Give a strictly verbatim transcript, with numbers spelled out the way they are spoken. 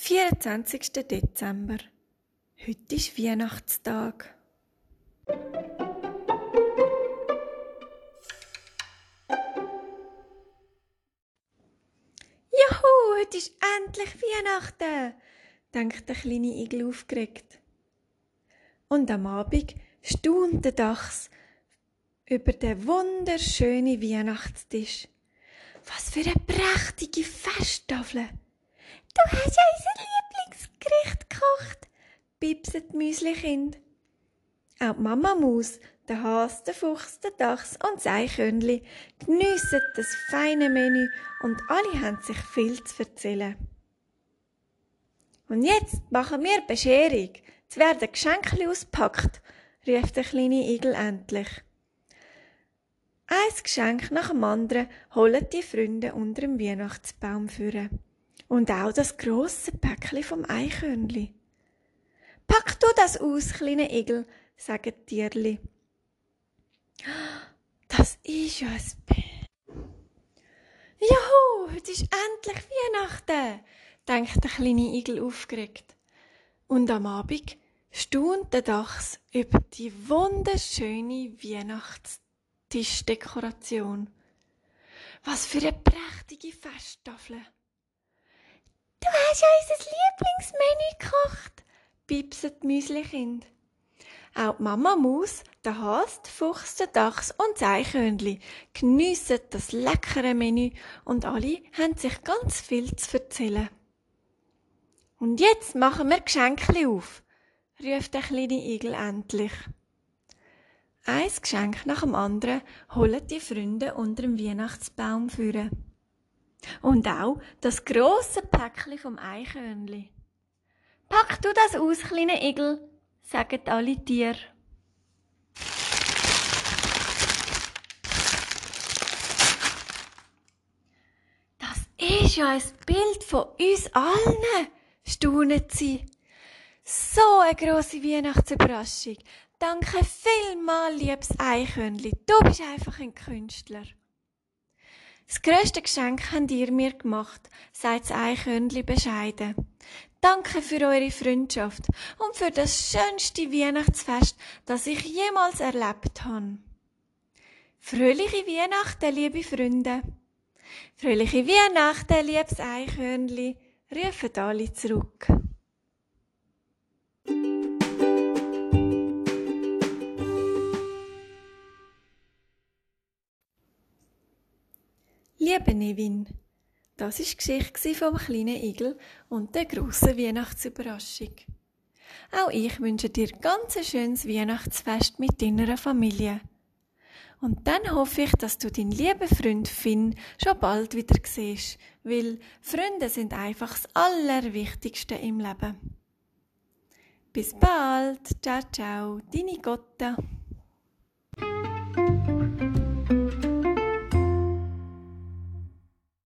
vierundzwanzigster Dezember. Heute ist Weihnachtstag. Juhu, heute ist endlich Weihnachten, denkt der kleine Igel aufgeregt. Und am Abend staunt der Dachs über den wunderschönen Weihnachtstisch. Was für eine prächtige Festtafel! Du hast ja unser Lieblingsgericht gekocht, piepset die Müslikind. Auch die Mama Maus, der Hase, der Fuchs, der Dachs und das Eichhörnli geniessen das feine Menü und alle haben sich viel zu erzählen. Und jetzt machen wir Bescherung. Jetzt werden Geschenke ausgepackt, rief der kleine Igel endlich. Ein Geschenk nach dem anderen holen die Freunde unter dem Weihnachtsbaum führen. Und auch das grosse Päckchen vom Eichhörnli. Pack du das aus, kleiner Igel, sagen die Tierli. Das ist ja ein Bild. Juhu, heute ist endlich Weihnachten, denkt der kleine Igel aufgeregt. Und am Abend staunt der Dachs über die wunderschöne Weihnachtstischdekoration. Was für eine prächtige Festtafel! Du hast ja unser Lieblingsmenü gekocht, piepset die Müslikind. Auch die Mama Maus, der Hase, der Fuchs, der Dachs und das Eichhörnli geniessen das leckere Menü und alle haben sich ganz viel zu erzählen. Und jetzt machen wir Geschenke auf, ruft der kleine Igel endlich. Ein Geschenk nach dem anderen holen die Freunde unter dem Weihnachtsbaum führen. Und auch das grosse Päckchen vom Eichhörnli. Pack du das aus, kleiner Igel, sagen alle Tiere. Das ist ja ein Bild von uns allen, staunen sie. So eine grosse Weihnachtsüberraschung. Danke vielmals, liebes Eichhörnli. Du bist einfach ein Künstler. Das grösste Geschenk habt ihr mir gemacht, sagt das Eichhörnli bescheiden. Danke für eure Freundschaft und für das schönste Weihnachtsfest, das ich jemals erlebt habe. Fröhliche Weihnachten, liebe Freunde. Fröhliche Weihnachten, liebes Eichhörnli, rufen alle zurück. Liebe Nevin, das war die Geschichte vom kleinen Igel und der grossen Weihnachtsüberraschung. Auch ich wünsche dir ganz ein schönes Weihnachtsfest mit deiner Familie. Und dann hoffe ich, dass du deinen lieben Freund Finn schon bald wieder siehst, weil Freunde sind einfach das Allerwichtigste im Leben. Bis bald, ciao ciao, deine Gotta.